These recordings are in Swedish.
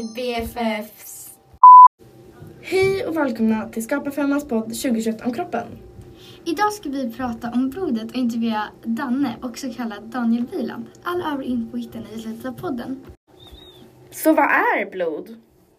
BFFs. Hej och välkomna till Skapa Femmas podd 2021 om kroppen. Idag ska vi prata om blodet och intervjua Danne, också kallad Daniel Wieland. All övrig info hittar ni i slutet av podden. Så vad är blod?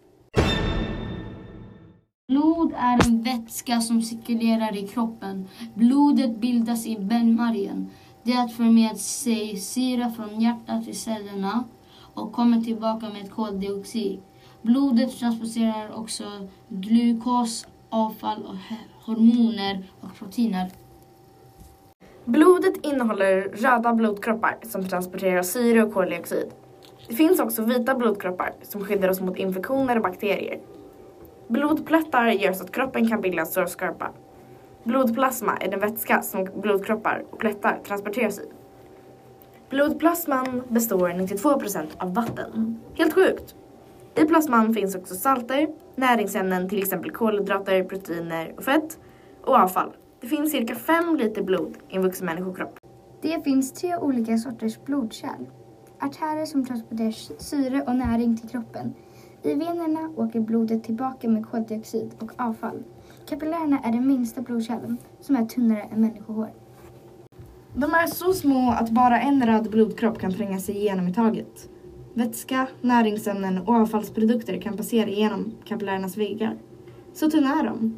Blod är en vätska som cirkulerar i kroppen. Blodet bildas i benmärgen. Det för med sig syra från hjärtat till cellerna och kommer tillbaka med koldioxid. Blodet transporterar också glukos, avfall och hormoner och proteiner. Blodet innehåller röda blodkroppar som transporterar syre och koldioxid. Det finns också vita blodkroppar som skyddar oss mot infektioner och bakterier. Blodplättar gör så att kroppen kan bilda sårskorpa. Blodplasma är den vätska som blodkroppar och plättar transporteras i. Blodplasman består 92% av vatten. Helt sjukt! I plasman finns också salter, näringsämnen, till exempel kolhydrater, proteiner och fett och avfall. Det finns cirka 5 liter blod i en vuxen människokropp. Det finns 3 olika sorters blodkärl. Artärer som transporterar syre och näring till kroppen. I venerna åker blodet tillbaka med koldioxid och avfall. Kapillärerna är den minsta blodkärlen som är tunnare än människohår. De är så små att bara en röd blodkropp kan tränga sig igenom i taget. Vätska, näringsämnen och avfallsprodukter kan passera igenom kapillärernas väggar. Så tunna är de.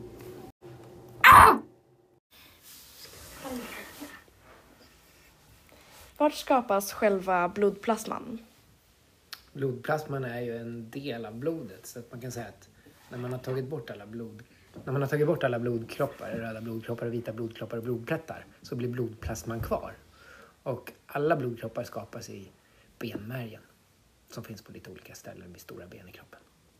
Vart skapas själva blodplasman? Blodplasman är ju en del av blodet, så att man kan säga att när man har tagit bort alla blodkroppar, röda blodkroppar och vita blodkroppar och blodplättar, så blir blodplasman kvar. Och alla blodkroppar skapas i benmärgen som finns på lite olika ställen vid stora ben i kroppen.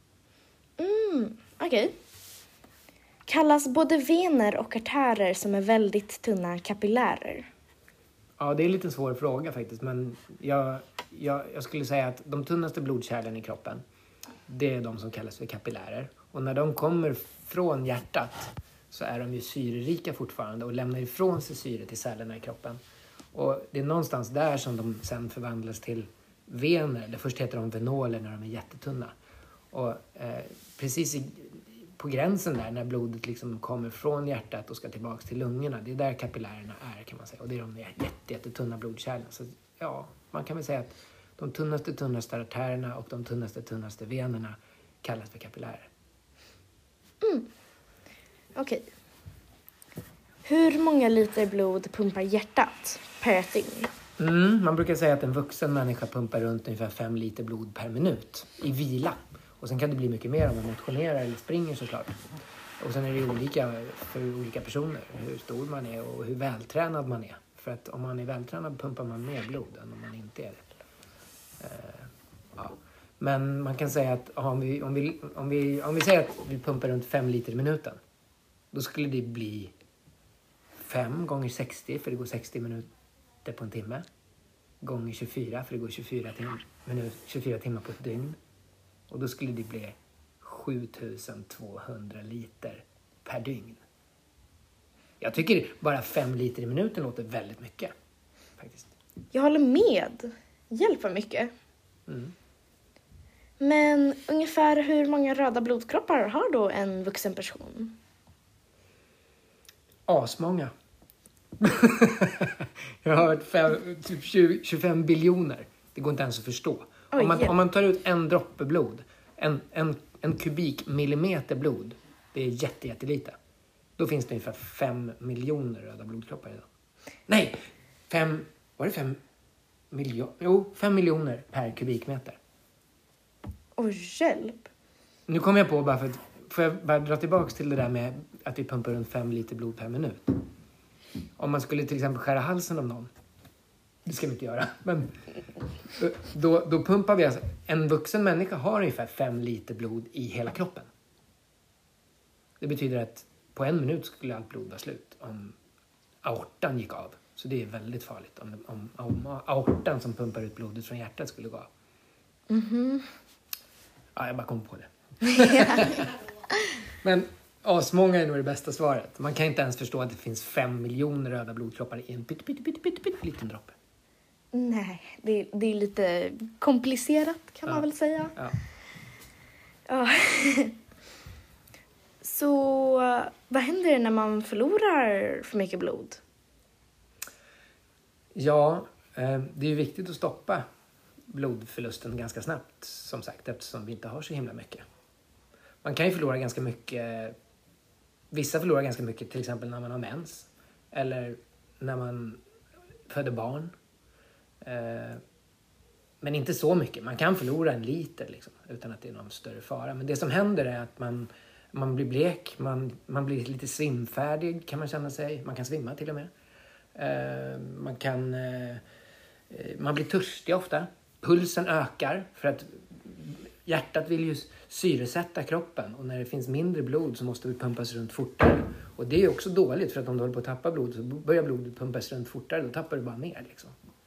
Okej. Kallas både vener och artärer som är väldigt tunna kapillärer? Ja, det är en lite svår fråga faktiskt, men jag skulle säga att de tunnaste blodkärlen i kroppen, det är de som kallas för kapillärer. Och när de kommer från hjärtat så är de ju syrerika fortfarande och lämnar ifrån sig syre till cellerna i kroppen. Och det är någonstans där som de sen förvandlas till vener. Eller först heter de venoler när de är jättetunna. Och precis på gränsen där, när blodet liksom kommer från hjärtat och ska tillbaka till lungorna, det är där kapillärerna är, kan man säga. Och det är de jättetunna blodkärlen. Så ja, man kan väl säga att de tunnaste artärerna och de tunnaste venerna kallas för kapillärer. Okej. Hur många liter blod pumpar hjärtat per dygn? Man brukar säga att en vuxen människa pumpar runt ungefär 5 liter blod per minut i vila. Och sen kan det bli mycket mer om man motionerar eller springer såklart. Och sen är det olika för olika personer, hur stor man är och hur vältränad man är. För att om man är vältränad pumpar man mer blod än om man inte är det. Ja. Men man kan säga att om vi säger att vi pumpar runt 5 liter i minuten, då skulle det bli 5 gånger 60, för det går 60 minuter på en timme. Gånger 24, för det går 24 timmar på ett dygn. Och då skulle det bli 7200 liter per dygn. Jag tycker bara 5 liter i minuten låter väldigt mycket, faktiskt. Jag håller med. Hjälper mycket. Men ungefär hur många röda blodkroppar har då en vuxen person? Asmånga. Jag har hört typ 25 biljoner. Det går inte ens att förstå. Om man tar ut en droppe blod, en kubikmillimeter blod, det är jättelite. Då finns det ungefär 5 miljoner röda blodkroppar idag. Nej, 5 miljoner? Jo, 5 miljoner per kubikmeter. Hjälp. Nu kommer jag på, får jag bara dra tillbaka till det där med att vi pumpar runt 5 liter blod per minut. Om man skulle till exempel skära halsen av någon, det ska vi inte göra, men då pumpar vi alltså, en vuxen människa har ungefär 5 liter blod i hela kroppen. Det betyder att på 1 minut skulle allt blod vara slut om aortan gick av. Så det är väldigt farligt om aortan som pumpar ut blodet från hjärtat skulle gå av. Ja, jag bara kom på det. Men asmånga är nog det bästa svaret. Man kan inte ens förstå att det finns 5 miljoner röda blodkroppar i en liten droppe. Nej, det är lite komplicerat kan man väl säga. Ja. Ja. Så vad händer när man förlorar för mycket blod? Ja, det är ju viktigt att stoppa blodförlusten ganska snabbt, som sagt, eftersom vi inte har så himla mycket. Man kan ju förlora ganska mycket. Vissa förlorar ganska mycket, till exempel när man har mens. Eller när man föder barn. Men inte så mycket. Man kan förlora 1 liter liksom, utan att det är någon större fara. Men det som händer är att man blir blek. Man blir lite svimfärdig kan man känna sig. Man kan svimma till och med. Man blir törstig ofta. Pulsen ökar för att hjärtat vill ju syresätta kroppen. Och när det finns mindre blod så måste vi pumpas runt fortare. Och det är också dåligt, för att om du håller på att tappa blod så börjar blodet pumpas runt fortare. Då tappar du bara mer liksom.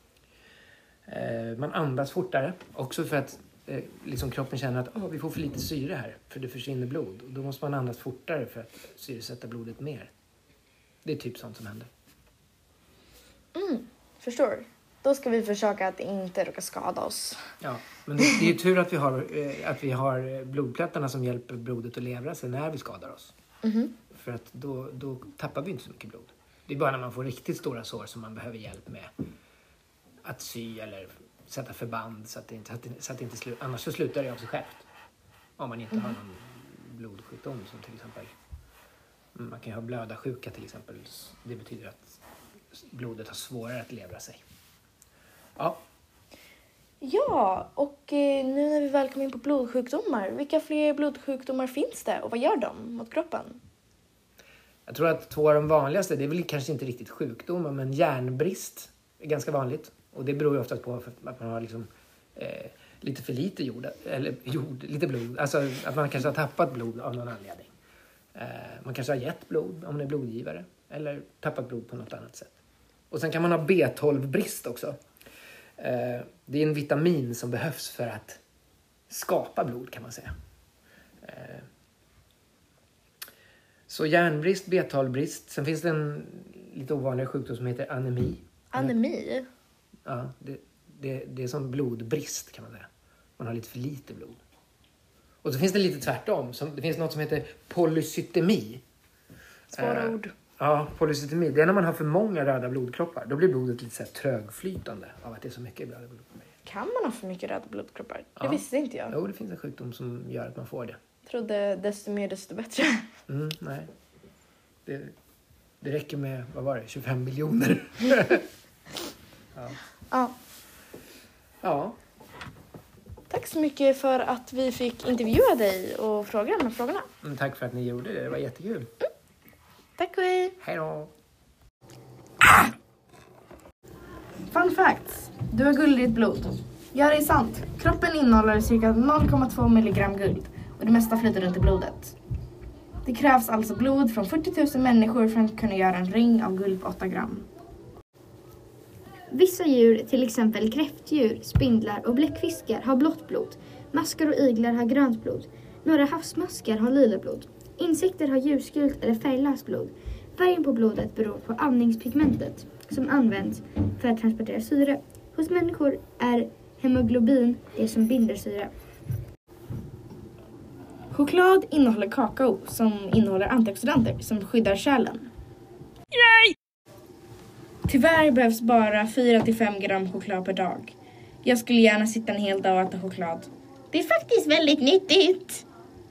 Man andas fortare. Också för att liksom kroppen känner att vi får för lite syre här. För det försvinner blod. Och då måste man andas fortare för att syresätta blodet mer. Det är typ sånt som händer. Förstår. Då ska vi försöka att inte råka skada oss. Ja, men det är ju tur att vi har blodplättarna som hjälper blodet att levra sig när vi skadar oss. För att då tappar vi inte så mycket blod. Det är bara när man får riktigt stora sår som man behöver hjälp med att sy eller sätta förband så att det inte slutar. Annars så slutar det av sig självt. Om man inte har någon blodsjukdom som till exempel. Man kan ju ha blödarsjuka till exempel. Det betyder att blodet har svårare att levra sig. Ja, och nu när vi väl kommer in på blodsjukdomar. Vilka fler blodsjukdomar finns det och vad gör de mot kroppen? Jag tror att 2 av de vanligaste, det är väl kanske inte riktigt sjukdomar, men järnbrist är ganska vanligt. Och det beror ju ofta på att man har liksom, lite för lite lite blod. Alltså att man kanske har tappat blod av någon anledning. Man kanske har gett blod om man är blodgivare. Eller tappat blod på något annat sätt. Och sen kan man ha B12-brist också. Det är en vitamin som behövs för att skapa blod kan man säga. Så järnbrist, B12-brist. Sen finns det en lite ovanligare sjukdom som heter anemi. Anemi? Ja, det är som blodbrist kan man säga. Man har lite för lite blod. Och så finns det lite tvärtom. Det finns något som heter polycytemi. Svåra ord. Ja, polycytemi. Det är när man har för många röda blodkroppar. Då blir blodet lite så här trögflytande av att det är så mycket röda blodkroppar. Kan man ha för mycket röda blodkroppar? Ja. Det visste inte jag. Jo, det finns en sjukdom som gör att man får det. Trodde desto mer desto bättre. Nej. Det räcker med, 25 miljoner. Ja. Tack så mycket för att vi fick intervjua dig och fråga de här frågorna. Tack för att ni gjorde det. Det var jättekul. Tack och hej. Hej då. Fun facts. Du har guld i ditt blod. Ja, det är sant. Kroppen innehåller cirka 0,2 milligram guld och det mesta flyter runt i blodet. Det krävs alltså blod från 40 000 människor för att kunna göra en ring av guld på 8 gram. Vissa djur, till exempel kräftdjur, spindlar och bläckfiskar, har blått blod. Maskar och iglar har grönt blod. Några havsmaskar har lila blod. Insekter har ljusgult eller färglöst blod. Färgen på blodet beror på andningspigmentet som används för att transportera syre. Hos människor är hemoglobin det som binder syre. Choklad innehåller kakao som innehåller antioxidanter som skyddar kärlen. Yay! Tyvärr behövs bara 4-5 gram choklad per dag. Jag skulle gärna sitta en hel dag och äta choklad. Det är faktiskt väldigt nyttigt.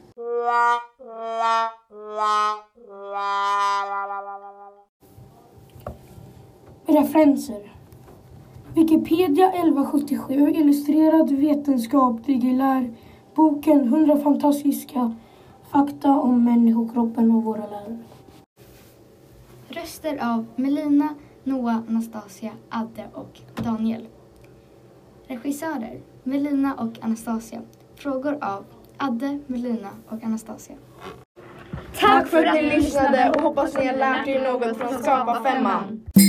Referenser: Wikipedia 1177, illustrerad vetenskaplig lär, boken 100 fantastiska fakta om människokroppen och våra lärare. Röster av Melina, Noah, Anastasia, Adde och Daniel. Regissörer: Melina och Anastasia. Frågor av Adde, Melina och Anastasia. Tack för att ni lyssnade och hoppas ni har lärt er något från Skapa 5:an.